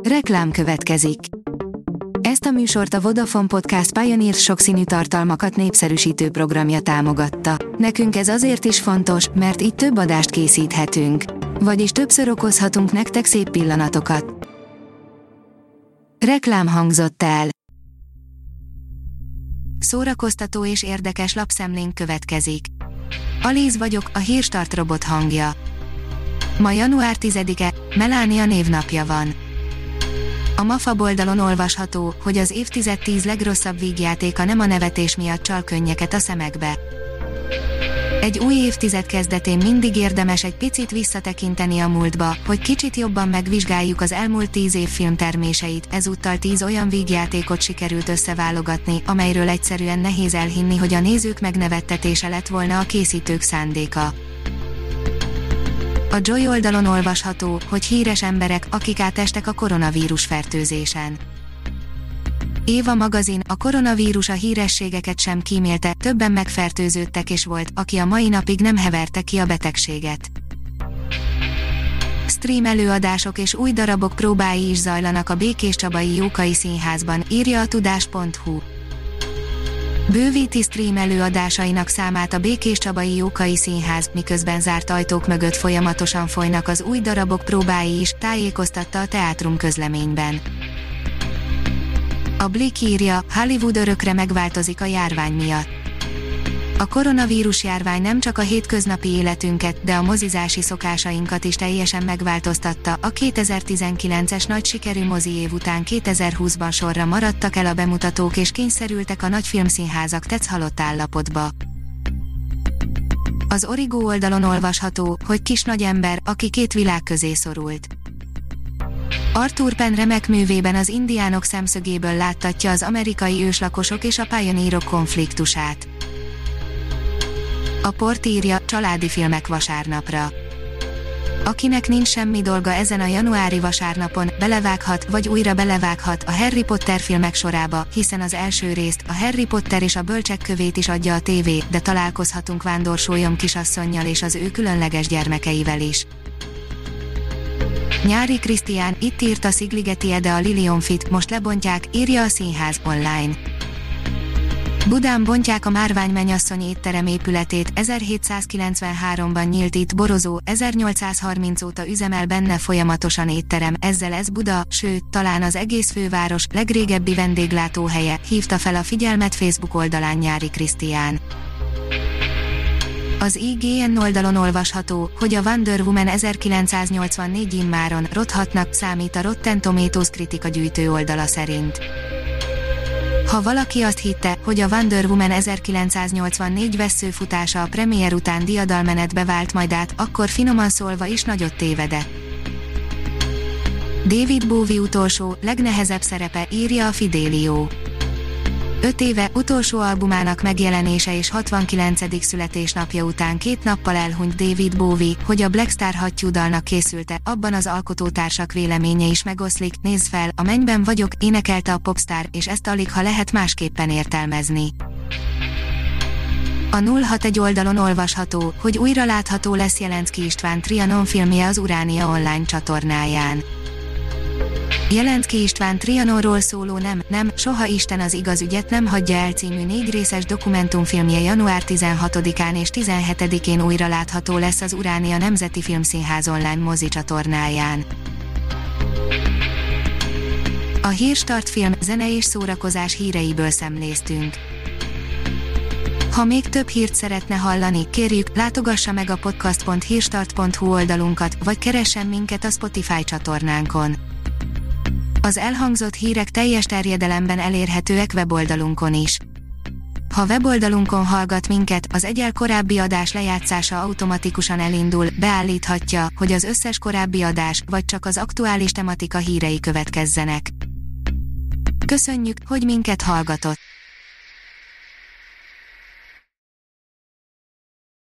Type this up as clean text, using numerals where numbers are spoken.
Reklám következik. Ezt a műsort a Vodafone Podcast Pioneer sokszínű tartalmakat népszerűsítő programja támogatta. Nekünk ez azért is fontos, mert így több adást készíthetünk. Vagyis többször okozhatunk nektek szép pillanatokat. Reklám hangzott el. Szórakoztató és érdekes lapszemlénk következik. Alíz vagyok, a Hírstart robot hangja. Ma január 10-e, Melania névnapja van. A MAFA oldalon olvasható, hogy az évtized 10 legrosszabb vígjátéka nem a nevetés miatt csal könnyeket a szemekbe. Egy új évtized kezdetén mindig érdemes egy picit visszatekinteni a múltba, hogy kicsit jobban megvizsgáljuk az elmúlt 10 év filmterméseit, ezúttal 10 olyan vígjátékot sikerült összeválogatni, amelyről egyszerűen nehéz elhinni, hogy a nézők megnevettetése lett volna a készítők szándéka. A Joy oldalon olvasható, hogy híres emberek, akik átestek a koronavírus fertőzésen. Éva magazin, a koronavírus a hírességeket sem kímélte, többen megfertőződtek és volt, aki a mai napig nem heverte ki a betegséget. Stream előadások és új darabok próbái is zajlanak a Békéscsabai Jókai Színházban, írja a tudás.hu. Bővíti stream előadásainak számát a Békéscsabai Jókai Színház, miközben zárt ajtók mögött folyamatosan folynak az új darabok próbái is, tájékoztatta a Teátrum közleményben. A Blick írja, Hollywood örökre megváltozik a járvány miatt. A koronavírus járvány nem csak a hétköznapi életünket, de a mozizási szokásainkat is teljesen megváltoztatta. A 2019-es nagy sikerű mozi év után 2020-ban sorra maradtak el a bemutatók és kényszerültek a nagy filmszínházak halott állapotba. Az Origo oldalon olvasható, hogy kis nagy ember, aki két világ közé szorult. Arthur Penn remek művében az indiánok szemszögéből láttatja az amerikai őslakosok és a pioneerok konfliktusát. A Port írja, családi filmek vasárnapra. Akinek nincs semmi dolga ezen a januári vasárnapon, belevághat, vagy újra belevághat a Harry Potter filmek sorába, hiszen az első részt, a Harry Potter és a bölcsek kövét is adja a tévé, de találkozhatunk Vándorsólyom kisasszonnyal és az ő különleges gyermekeivel is. Nyári Krisztián, itt írt a Szigligeti Ede a Lilion Fit, most lebontják, írja a Színház online. Budán bontják a Márvány mennyasszony étterem épületét, 1793-ban nyílt itt borozó, 1830 óta üzemel benne folyamatosan étterem, ezzel ez Buda, sőt, talán az egész főváros legrégebbi vendéglátóhelye, hívta fel a figyelmet Facebook oldalán Nyári Krisztián. Az IGN oldalon olvasható, hogy a Wonder Woman 1984 immáron rothatnak számít a Rotten Tomatoes kritika gyűjtő oldala szerint. Ha valaki azt hitte, hogy a Wonder Woman 1984 vesszőfutása a premier után diadalmenetbe vált majd át, akkor finoman szólva is nagyot tévedett. David Bowie utolsó, legnehezebb szerepe, írja a Fidelio. 5 éve, utolsó albumának megjelenése és 69. születésnapja után 2 nappal elhunyt David Bowie, hogy a Black Star hattyúdalnak készülte, abban az alkotótársak véleménye is megoszlik, nézd fel, a mennyben vagyok, énekelte a popstar, és ezt alig ha lehet másképpen értelmezni. A 061 oldalon olvasható, hogy újra látható lesz Jelenszky István Trianon filmje az Uránia online csatornáján. Jelenszky István Trianonról szóló Nem, soha Isten az igaz ügyet nem hagyja el című 4 részes dokumentumfilmje január 16-án és 17-én újra látható lesz az Uránia Nemzeti Filmszínház online mozi csatornáján. A Hírstart film, zene és szórakozás híreiből szemléztünk. Ha még több hírt szeretne hallani, kérjük, látogassa meg a podcast.hírstart.hu oldalunkat, vagy keressen minket a Spotify csatornánkon. Az elhangzott hírek teljes terjedelemben elérhetőek weboldalunkon is. Ha weboldalunkon hallgat minket, az egyel korábbi adás lejátszása automatikusan elindul, beállíthatja, hogy az összes korábbi adás, vagy csak az aktuális tematika hírei következzenek. Köszönjük, hogy minket hallgatott!